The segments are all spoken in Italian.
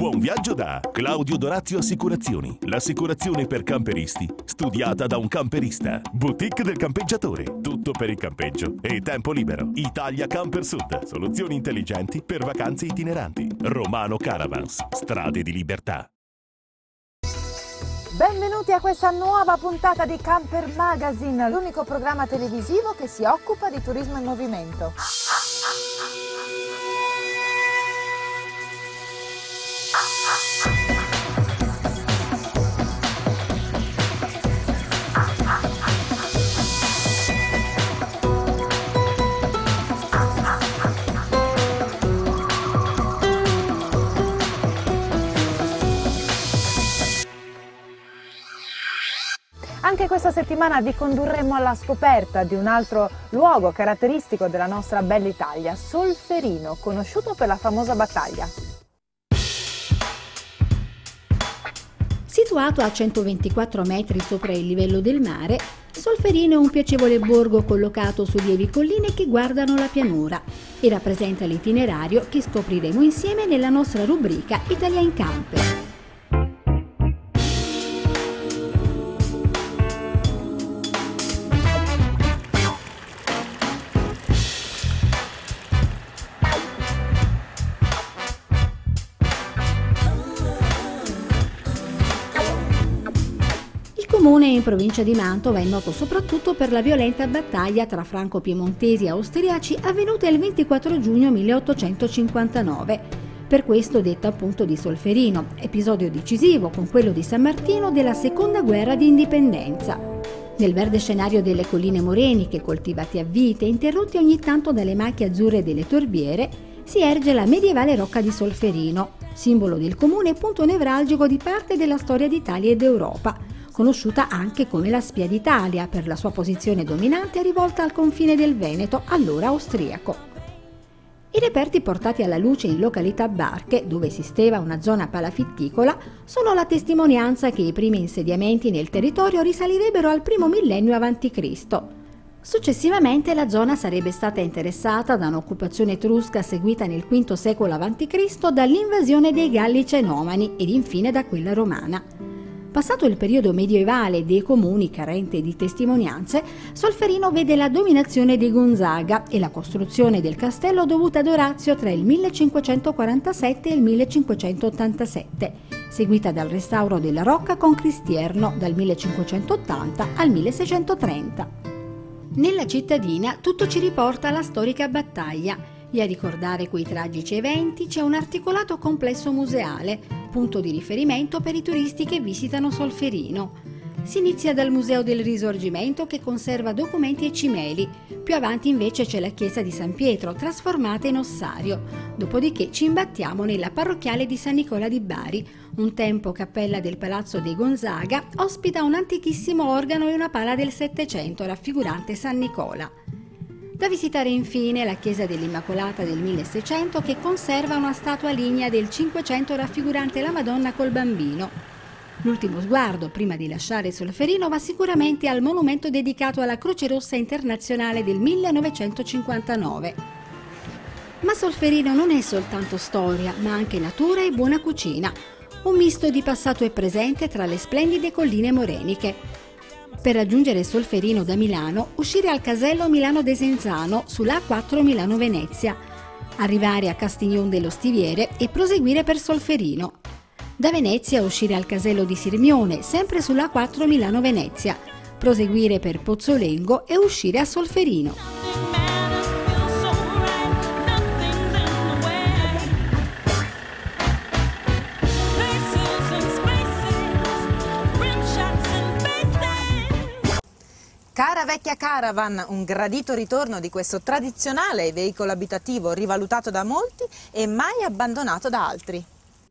Buon viaggio da Claudio Dorazio Assicurazioni, l'assicurazione per camperisti, studiata da un camperista. Boutique del campeggiatore, tutto per il campeggio e tempo libero. Italia Camper Sud, soluzioni intelligenti per vacanze itineranti. Romano Caravans, strade di libertà. Benvenuti a questa nuova puntata di Camper Magazine, l'unico programma televisivo che si occupa di turismo in movimento. Anche questa settimana vi condurremo alla scoperta di un altro luogo caratteristico della nostra bella Italia, Solferino, conosciuto per la famosa battaglia. Situato a 124 metri sopra il livello del mare, Solferino è un piacevole borgo collocato su lievi colline che guardano la pianura e rappresenta l'itinerario che scopriremo insieme nella nostra rubrica Italia in Camper. Il comune in provincia di Mantova è noto soprattutto per la violenta battaglia tra franco-piemontesi e austriaci avvenuta il 24 giugno 1859. Per questo detta appunto di Solferino, episodio decisivo con quello di San Martino della seconda guerra di indipendenza. Nel verde scenario delle colline moreniche, coltivate a vite, interrotti ogni tanto dalle macchie azzurre delle torbiere, si erge la medievale rocca di Solferino, simbolo del comune e punto nevralgico di parte della storia d'Italia ed Europa, conosciuta anche come la Spia d'Italia per la sua posizione dominante rivolta al confine del Veneto, allora austriaco. I reperti portati alla luce in località Barche, dove esisteva una zona palafitticola, sono la testimonianza che i primi insediamenti nel territorio risalirebbero al primo millennio a.C. Successivamente la zona sarebbe stata interessata da un'occupazione etrusca seguita nel V secolo a.C. dall'invasione dei Galli Cenomani ed infine da quella romana. Passato il periodo medievale dei comuni carente di testimonianze, Solferino vede la dominazione dei Gonzaga e la costruzione del castello dovuta ad Orazio tra il 1547 e il 1587, seguita dal restauro della rocca con Cristierno dal 1580 al 1630. Nella cittadina tutto ci riporta alla storica battaglia e a ricordare quei tragici eventi c'è un articolato complesso museale, punto di riferimento per i turisti che visitano Solferino. Si inizia dal Museo del Risorgimento che conserva documenti e cimeli, più avanti invece c'è la chiesa di San Pietro trasformata in ossario, dopodiché ci imbattiamo nella parrocchiale di San Nicola di Bari, un tempo cappella del Palazzo dei Gonzaga, ospita un antichissimo organo e una pala del Settecento raffigurante San Nicola. Da visitare infine la chiesa dell'Immacolata del 1600 che conserva una statua lignea del 500 raffigurante la Madonna col Bambino. L'ultimo sguardo prima di lasciare Solferino va sicuramente al monumento dedicato alla Croce Rossa Internazionale del 1959. Ma Solferino non è soltanto storia, ma anche natura e buona cucina, un misto di passato e presente tra le splendide colline moreniche. Per raggiungere Solferino da Milano, uscire al casello Milano Desenzano sulla A4 Milano-Venezia, arrivare a Castignon dello Stiviere e proseguire per Solferino. Da Venezia uscire al casello di Sirmione, sempre sulla A4 Milano-Venezia, proseguire per Pozzolengo e uscire a Solferino. Cara vecchia caravan, un gradito ritorno di questo tradizionale veicolo abitativo rivalutato da molti e mai abbandonato da altri.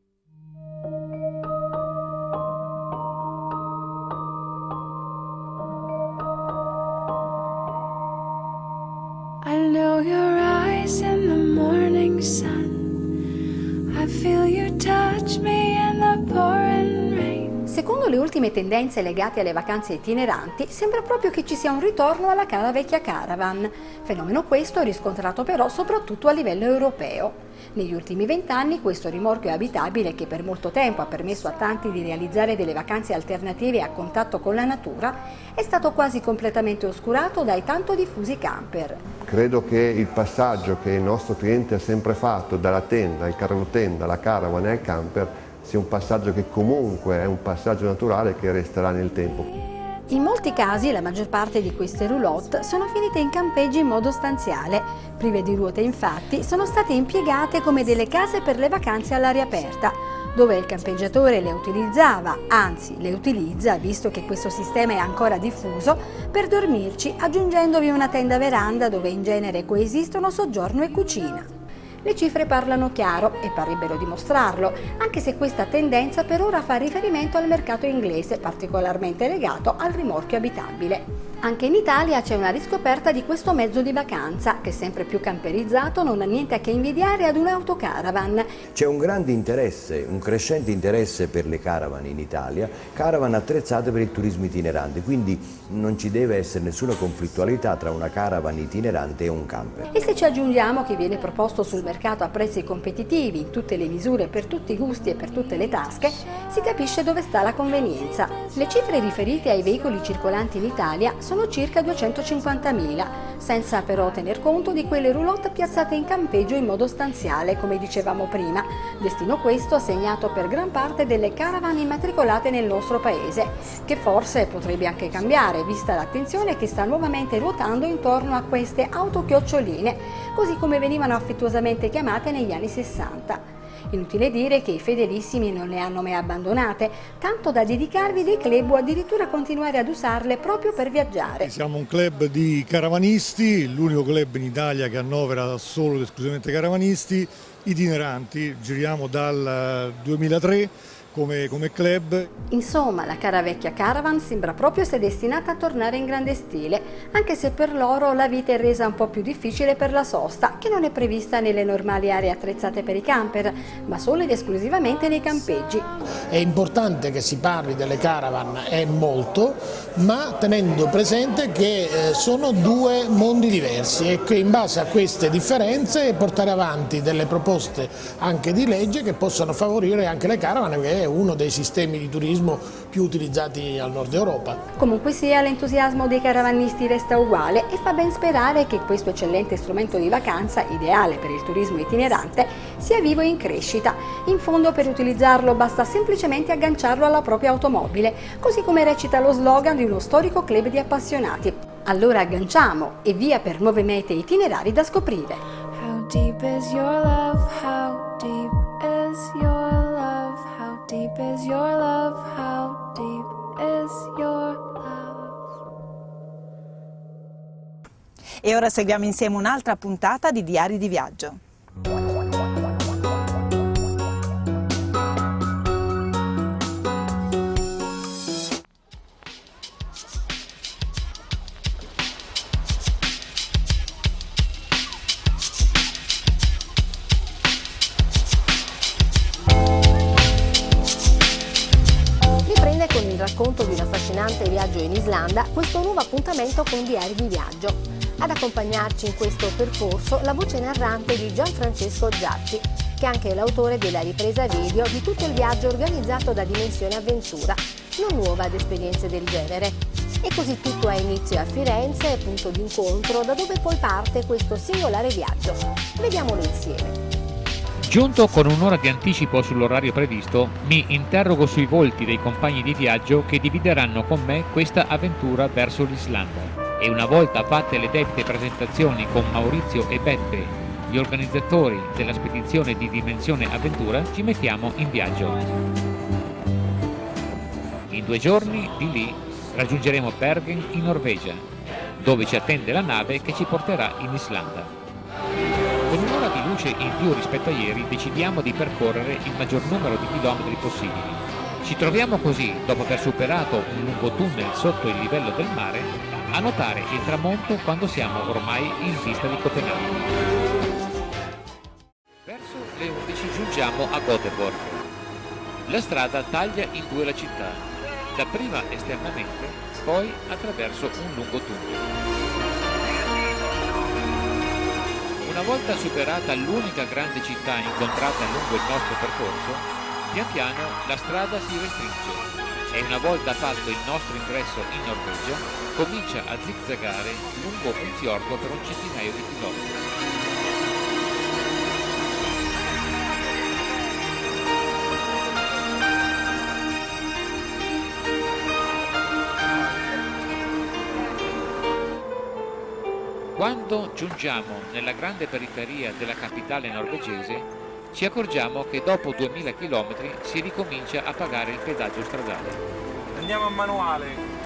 I know your eyes in the morning sun. I feel you touch me in the pouring rain. Secondo le ultime tendenze legate alle vacanze itineranti, sembra proprio che ci sia un ritorno alla cara vecchia caravan, fenomeno questo riscontrato però soprattutto a livello europeo. Negli ultimi 20 anni questo rimorchio abitabile, che per molto tempo ha permesso a tanti di realizzare delle vacanze alternative a contatto con la natura, è stato quasi completamente oscurato dai tanto diffusi camper. Credo che il passaggio che il nostro cliente ha sempre fatto dalla tenda, al caravotenda, alla caravan e al camper sia un passaggio che comunque è un passaggio naturale che resterà nel tempo. In molti casi la maggior parte di queste roulotte sono finite in campeggi in modo stanziale. Prive di ruote, infatti, sono state impiegate come delle case per le vacanze all'aria aperta, dove il campeggiatore le utilizzava, anzi le utilizza, visto che questo sistema è ancora diffuso, per dormirci, aggiungendovi una tenda veranda dove in genere coesistono soggiorno e cucina. Le cifre parlano chiaro e parrebbero dimostrarlo, anche se questa tendenza per ora fa riferimento al mercato inglese, particolarmente legato al rimorchio abitabile. Anche in Italia c'è una riscoperta di questo mezzo di vacanza, che sempre più camperizzato non ha niente a che invidiare ad un'autocaravan. C'è un grande interesse, un crescente interesse per le caravan in Italia, caravan attrezzate per il turismo itinerante, quindi non ci deve essere nessuna conflittualità tra una caravan itinerante e un camper. E se ci aggiungiamo che viene proposto sul mercato a prezzi competitivi, in tutte le misure, per tutti i gusti e per tutte le tasche, si capisce dove sta la convenienza. Le cifre riferite ai veicoli circolanti in Italia sono circa 250.000, senza però tener conto di quelle roulotte piazzate in campeggio in modo stanziale, come dicevamo prima, destino questo segnato per gran parte delle caravan immatricolate nel nostro paese, che forse potrebbe anche cambiare, vista l'attenzione che sta nuovamente ruotando intorno a queste autochioccioline, così come venivano affettuosamente chiamate negli anni 60. Inutile dire che i fedelissimi non le hanno mai abbandonate, tanto da dedicarvi dei club o addirittura continuare ad usarle proprio per viaggiare. Siamo un club di caravanisti, l'unico club in Italia che annovera solo ed esclusivamente caravanisti itineranti. Giriamo dal 2003 come club. Insomma, la cara vecchia caravan sembra proprio sia destinata a tornare in grande stile, anche se per loro la vita è resa un po' più difficile per la sosta, che non è prevista nelle normali aree attrezzate per i camper, ma solo ed esclusivamente nei campeggi. È importante che si parli delle caravan, è molto, ma tenendo presente che sono due mondi diversi e che in base a queste differenze portare avanti delle proposte anche di legge che possano favorire anche le caravan, che è uno dei sistemi di turismo più utilizzati al nord Europa. Comunque sia, l'entusiasmo dei caravanisti resta uguale e fa ben sperare che questo eccellente strumento di vacanza, ideale per il turismo itinerante, sia vivo e in crescita. In fondo, per utilizzarlo basta semplicemente agganciarlo alla propria automobile, così come recita lo slogan di uno storico club di appassionati. Allora agganciamo e via per nuove mete e itinerari da scoprire. How deep is your love? How deep is your love? How deep is your love? How deep is your love? E ora seguiamo insieme un'altra puntata di Diari di Viaggio. Racconto di un affascinante viaggio in Islanda, questo nuovo appuntamento con Diari di Viaggio. Ad accompagnarci in questo percorso la voce narrante di Gianfrancesco Giatti, che è anche l'autore della ripresa video di tutto il viaggio organizzato da Dimensione Avventura, non nuova ad esperienze del genere. E così tutto ha inizio a Firenze, punto d'incontro da dove poi parte questo singolare viaggio. Vediamolo insieme. Giunto con un'ora di anticipo sull'orario previsto, mi interrogo sui volti dei compagni di viaggio che divideranno con me questa avventura verso l'Islanda. E una volta fatte le debite presentazioni con Maurizio e Beppe, gli organizzatori della spedizione di Dimensione Avventura, ci mettiamo in viaggio. In 2 giorni di lì raggiungeremo Bergen in Norvegia, dove ci attende la nave che ci porterà in Islanda. Con un'ora di luce in più rispetto a ieri decidiamo di percorrere il maggior numero di chilometri possibili. Ci troviamo così, dopo aver superato un lungo tunnel sotto il livello del mare, a notare il tramonto quando siamo ormai in vista di Copenaghen. Verso le 11 giungiamo a Göteborg. La strada taglia in 2 la città, dapprima esternamente, poi attraverso un lungo tunnel. Una Una volta superata l'unica grande città incontrata lungo il nostro percorso, pian piano la strada si restringe e una volta fatto il nostro ingresso in Norvegia, comincia a zigzagare lungo un fiordo per un centinaio di chilometri. Quando giungiamo nella grande periferia della capitale norvegese, ci accorgiamo che dopo 2000 km si ricomincia a pagare il pedaggio stradale. Andiamo a manuale.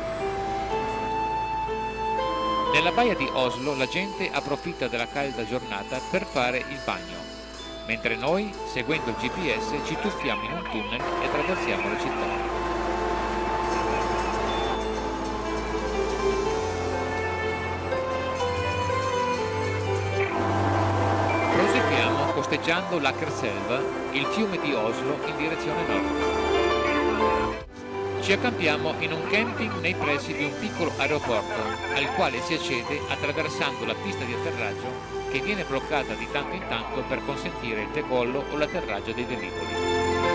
Nella baia di Oslo la gente approfitta della calda giornata per fare il bagno, mentre noi, seguendo il GPS, ci tuffiamo in un tunnel e attraversiamo la città. Proseguiamo costeggiando l'Akerselva, il fiume di Oslo, in direzione nord. Ci accampiamo in un camping nei pressi di un piccolo aeroporto, al quale si accede attraversando la pista di atterraggio che viene bloccata di tanto in tanto per consentire il decollo o l'atterraggio dei velivoli.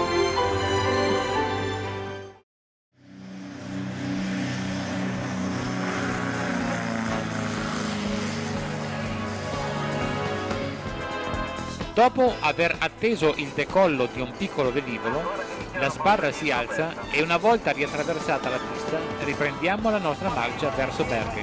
Dopo aver atteso il decollo di un piccolo velivolo, la sbarra si alza e una volta riattraversata la pista riprendiamo la nostra marcia verso Bergen.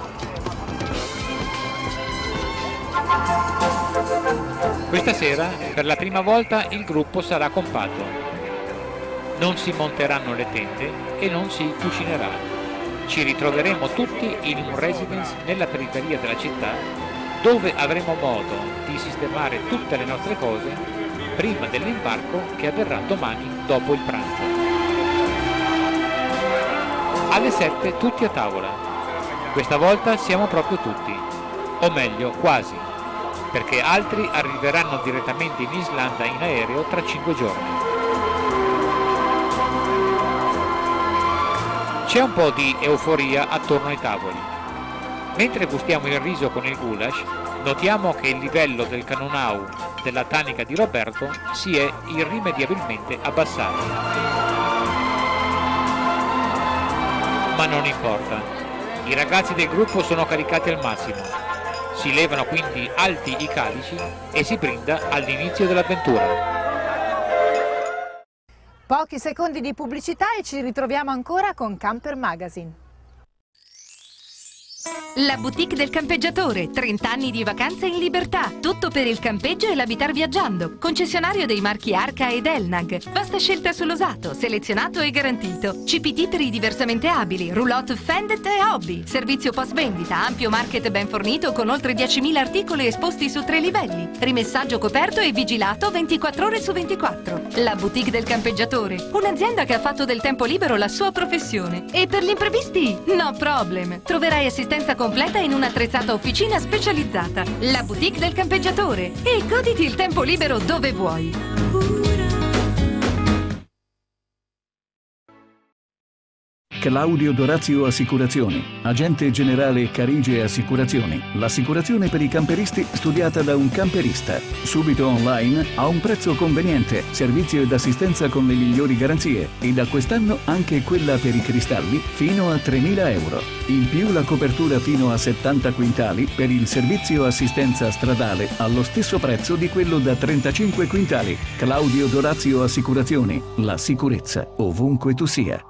Questa sera, per la prima volta, il gruppo sarà compatto. Non si monteranno le tende e non si cucinerà. Ci ritroveremo tutti in un residence nella periferia della città, dove avremo modo di sistemare tutte le nostre cose prima dell'imbarco che avverrà domani dopo il pranzo. Alle 7 tutti a tavola. Questa volta siamo proprio tutti, o meglio quasi, perché altri arriveranno direttamente in Islanda in aereo tra 5 giorni. C'è un po' di euforia attorno ai tavoli. Mentre gustiamo il riso con il goulash, notiamo che il livello del canonau della tanica di Roberto si è irrimediabilmente abbassato. Ma non importa, i ragazzi del gruppo sono caricati al massimo. Si levano quindi alti i calici e si brinda all'inizio dell'avventura. Pochi secondi di pubblicità e ci ritroviamo ancora con Camper Magazine. La boutique del campeggiatore, 30 anni di vacanze in libertà, tutto per il campeggio e l'abitar viaggiando. Concessionario dei marchi Arca ed Elnag, vasta scelta sull'usato, selezionato e garantito. CPT per i diversamente abili, roulotte Fendet e hobby. Servizio post vendita, ampio market ben fornito con oltre 10.000 articoli esposti su 3 livelli. Rimessaggio coperto e vigilato 24 ore su 24. La boutique del campeggiatore, un'azienda che ha fatto del tempo libero la sua professione. E per gli imprevisti, no problem. Troverai assistenza completa in un'attrezzata officina specializzata. La boutique del campeggiatore. E goditi il tempo libero dove vuoi. Claudio Dorazio Assicurazioni, agente generale Carige Assicurazioni. L'assicurazione per i camperisti studiata da un camperista. Subito online a un prezzo conveniente, servizio ed assistenza con le migliori garanzie e da quest'anno anche quella per i cristalli fino a 3.000 euro. In più la copertura fino a 70 quintali per il servizio assistenza stradale allo stesso prezzo di quello da 35 quintali. Claudio Dorazio Assicurazioni, la sicurezza ovunque tu sia.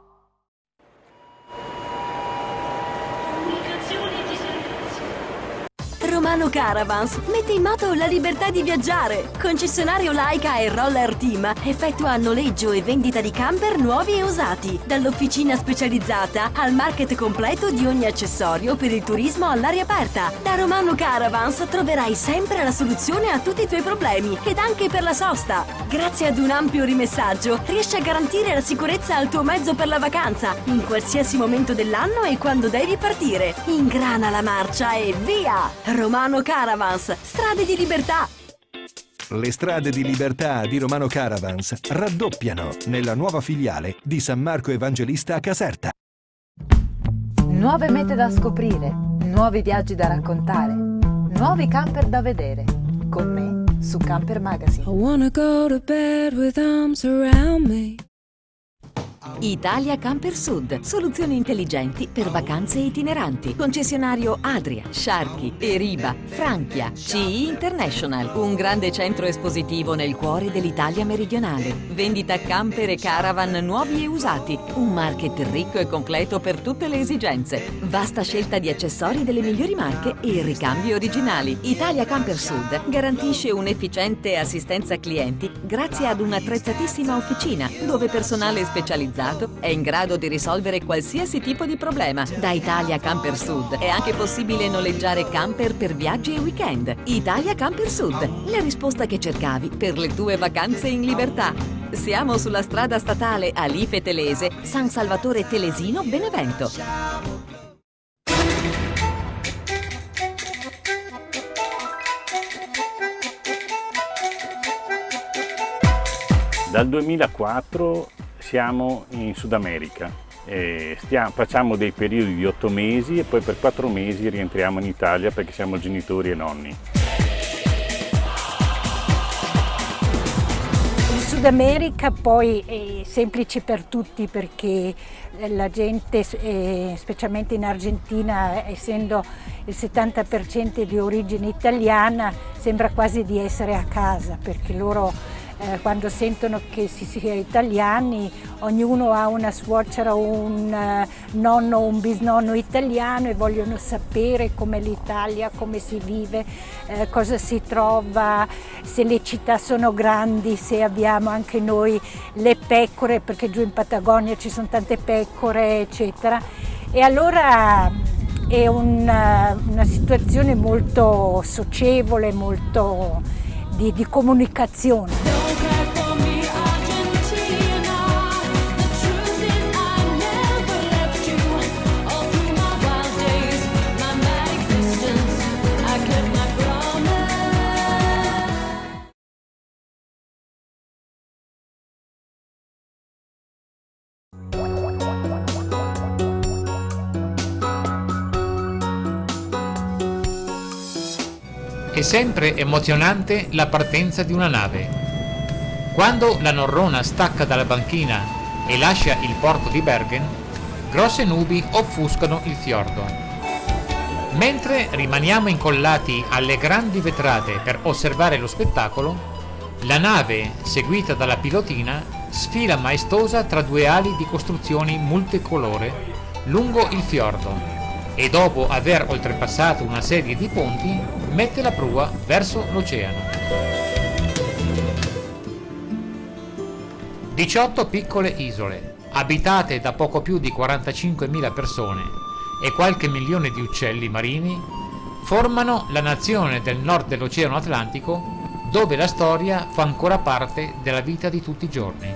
Romano Caravans mette in moto la libertà di viaggiare. Concessionario Laika e Roller Team effettua noleggio e vendita di camper nuovi e usati. Dall'officina specializzata al market completo di ogni accessorio per il turismo all'aria aperta. Da Romano Caravans troverai sempre la soluzione a tutti i tuoi problemi ed anche per la sosta. Grazie ad un ampio rimessaggio riesci a garantire la sicurezza al tuo mezzo per la vacanza in qualsiasi momento dell'anno e quando devi partire. Ingrana la marcia e via! Romano Caravans, strade di libertà. Le strade di libertà di Romano Caravans raddoppiano nella nuova filiale di San Marco Evangelista a Caserta. Nuove mete da scoprire, nuovi viaggi da raccontare, nuovi camper da vedere, con me su Camper Magazine. I wanna go to bed with arms around me. Italia Camper Sud, soluzioni intelligenti per vacanze itineranti. Concessionario Adria, Sharky, Eriba, Franchia, CI International. Un grande centro espositivo nel cuore dell'Italia meridionale. Vendita camper e caravan nuovi e usati. Un market ricco e completo per tutte le esigenze. Vasta scelta di accessori delle migliori marche e ricambi originali. Italia Camper Sud garantisce un'efficiente assistenza clienti grazie ad un'attrezzatissima officina dove personale specializzato è in grado di risolvere qualsiasi tipo di problema. Da Italia Camper Sud è anche possibile noleggiare camper per viaggi e weekend. Italia Camper Sud, la risposta che cercavi per le tue vacanze in libertà. Siamo sulla strada statale Alife Telese, San Salvatore Telesino, Benevento. Dal 2004 siamo in Sud America, facciamo dei periodi di 8 mesi e poi per 4 mesi rientriamo in Italia perché siamo genitori e nonni. In Sud America poi è semplice per tutti perché la gente, specialmente in Argentina, essendo il 70% di origine italiana, sembra quasi di essere a casa perché loro quando sentono che si sia italiani, ognuno ha una suocera o un nonno o un bisnonno italiano e vogliono sapere com'è l'Italia, come si vive, cosa si trova, se le città sono grandi, se abbiamo anche noi le pecore, perché giù in Patagonia ci sono tante pecore, eccetera. E allora è una situazione molto socievole, molto di comunicazione. È sempre emozionante la partenza di una nave. Quando la Norrona stacca dalla banchina e lascia il porto di Bergen, grosse nubi offuscano il fiordo. Mentre rimaniamo incollati alle grandi vetrate per osservare lo spettacolo, la nave, seguita dalla pilotina, sfila maestosa tra due ali di costruzioni multicolore lungo il fiordo e dopo aver oltrepassato una serie di ponti mette la prua verso l'oceano. 18 piccole isole, abitate da poco più di 45.000 persone e qualche milione di uccelli marini, formano la nazione del nord dell'Oceano Atlantico, dove la storia fa ancora parte della vita di tutti i giorni.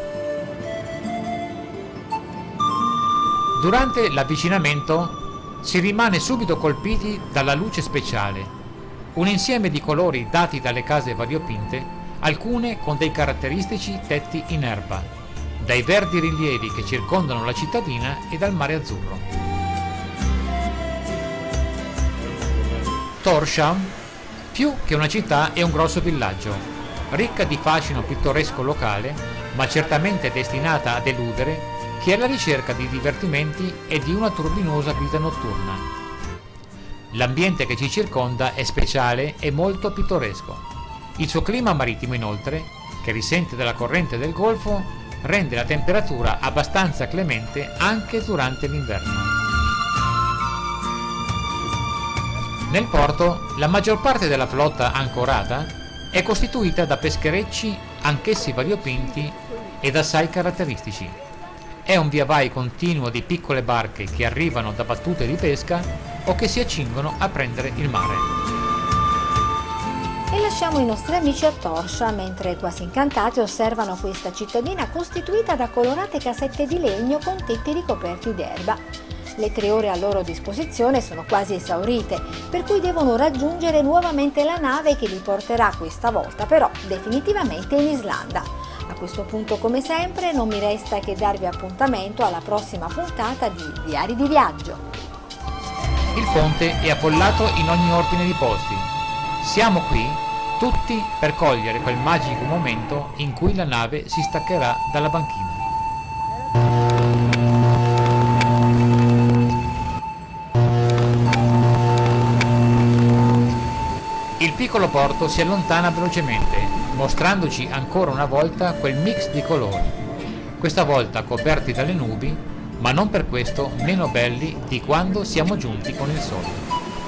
Durante l'avvicinamento si rimane subito colpiti dalla luce speciale, un insieme di colori dati dalle case variopinte, alcune con dei caratteristici tetti in erba, dai verdi rilievi che circondano la cittadina e dal mare azzurro. Tórshavn, più che una città, è un grosso villaggio, ricca di fascino pittoresco locale, ma certamente destinata a deludere chi è alla ricerca di divertimenti e di una turbinosa vita notturna. L'ambiente che ci circonda è speciale e molto pittoresco. Il suo clima marittimo, inoltre, che risente della corrente del Golfo, rende la temperatura abbastanza clemente anche durante l'inverno. Nel porto, la maggior parte della flotta ancorata è costituita da pescherecci, anch'essi variopinti ed assai caratteristici. È un via vai continuo di piccole barche che arrivano da battute di pesca o che si accingono a prendere il mare. E lasciamo i nostri amici a Tórshavn mentre quasi incantati osservano questa cittadina costituita da colorate casette di legno con tetti ricoperti d'erba. Le 3 ore a loro disposizione sono quasi esaurite, per cui devono raggiungere nuovamente la nave che li porterà questa volta però definitivamente in Islanda. A questo punto, come sempre, non mi resta che darvi appuntamento alla prossima puntata di Diari di Viaggio. Il ponte è affollato in ogni ordine di posti. Siamo qui tutti per cogliere quel magico momento in cui la nave si staccherà dalla banchina. Il piccolo porto si allontana velocemente, mostrandoci ancora una volta quel mix di colori, questa volta coperti dalle nubi, ma non per questo meno belli di quando siamo giunti con il sole.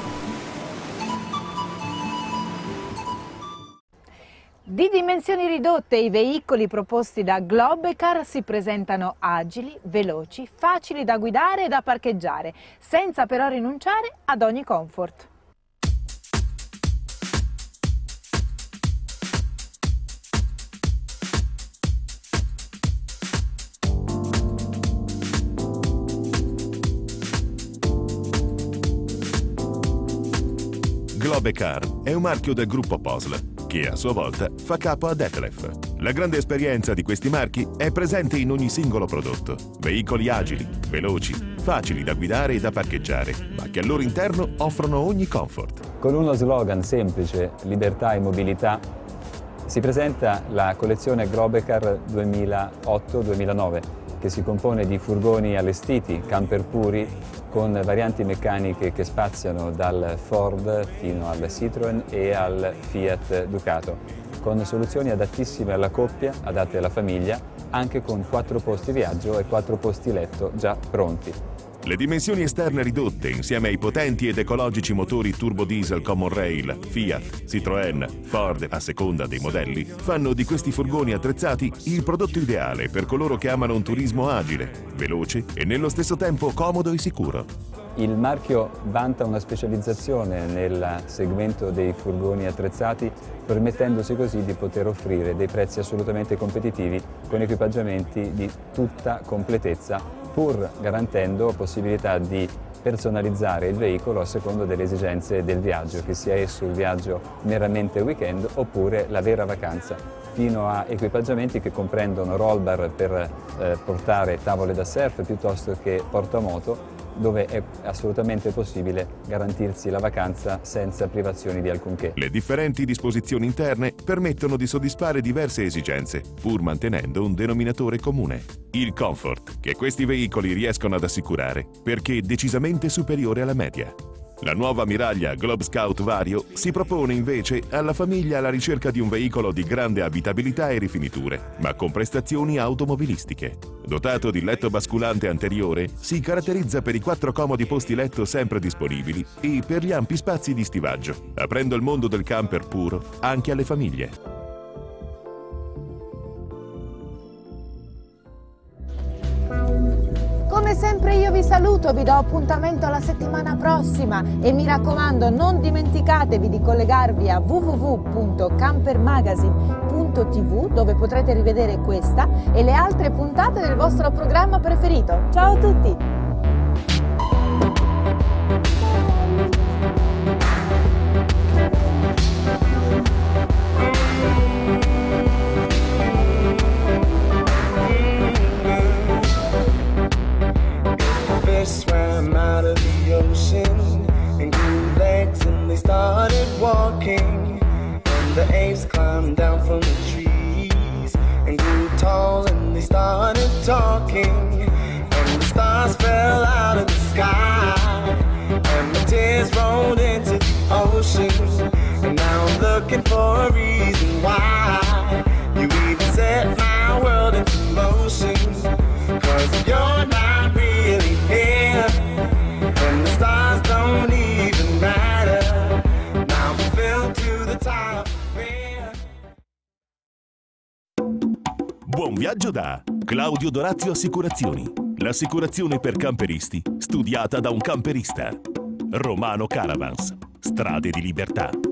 Di dimensioni ridotte, i veicoli proposti da Globecar si presentano agili, veloci, facili da guidare e da parcheggiare, senza però rinunciare ad ogni comfort. Globecar è un marchio del gruppo POSL, che a sua volta fa capo a Detlef. La grande esperienza di questi marchi è presente in ogni singolo prodotto. Veicoli agili, veloci, facili da guidare e da parcheggiare, ma che al loro interno offrono ogni comfort. Con uno slogan semplice, libertà e mobilità, si presenta la collezione Globecar 2008-2009, che si compone di furgoni allestiti, camper puri, con varianti meccaniche che spaziano dal Ford fino al Citroën e al Fiat Ducato, con soluzioni adattissime alla coppia, adatte alla famiglia, anche con 4 posti viaggio e 4 posti letto già pronti. Le dimensioni esterne ridotte, insieme ai potenti ed ecologici motori turbo diesel Common Rail, Fiat, Citroën, Ford a seconda dei modelli, fanno di questi furgoni attrezzati il prodotto ideale per coloro che amano un turismo agile, veloce e nello stesso tempo comodo e sicuro. Il marchio vanta una specializzazione nel segmento dei furgoni attrezzati, permettendosi così di poter offrire dei prezzi assolutamente competitivi con equipaggiamenti di tutta completezza, pur garantendo possibilità di personalizzare il veicolo a seconda delle esigenze del viaggio, che sia esso il viaggio meramente weekend oppure la vera vacanza, fino a equipaggiamenti che comprendono roll bar per portare tavole da surf piuttosto che portamoto, dove è assolutamente possibile garantirsi la vacanza senza privazioni di alcunché. Le differenti disposizioni interne permettono di soddisfare diverse esigenze, pur mantenendo un denominatore comune: il comfort, che questi veicoli riescono ad assicurare, perché è decisamente superiore alla media. La nuova ammiraglia Globe Scout Vario si propone invece alla famiglia alla ricerca di un veicolo di grande abitabilità e rifiniture, ma con prestazioni automobilistiche. Dotato di letto basculante anteriore, si caratterizza per i 4 comodi posti letto sempre disponibili e per gli ampi spazi di stivaggio, aprendo il mondo del camper puro anche alle famiglie. Come sempre io vi saluto, vi do appuntamento la settimana prossima e mi raccomando non dimenticatevi di collegarvi a www.campermagazine.tv, dove potrete rivedere questa e le altre puntate del vostro programma preferito. Ciao a tutti! Swam out of the ocean and grew legs and they started walking, and the apes climbed down from the trees and grew tall and they started talking, and the stars fell out of the sky and the tears rolled into the ocean, and now I'm looking for a reason why you even set my world into motion, 'cause you're not really here, and the stars don't even matter. Now I'm filled to the top. Buon viaggio da Claudio Dorazio Assicurazioni, l'assicurazione per camperisti studiata da un camperista. Romano Caravans, strade di libertà.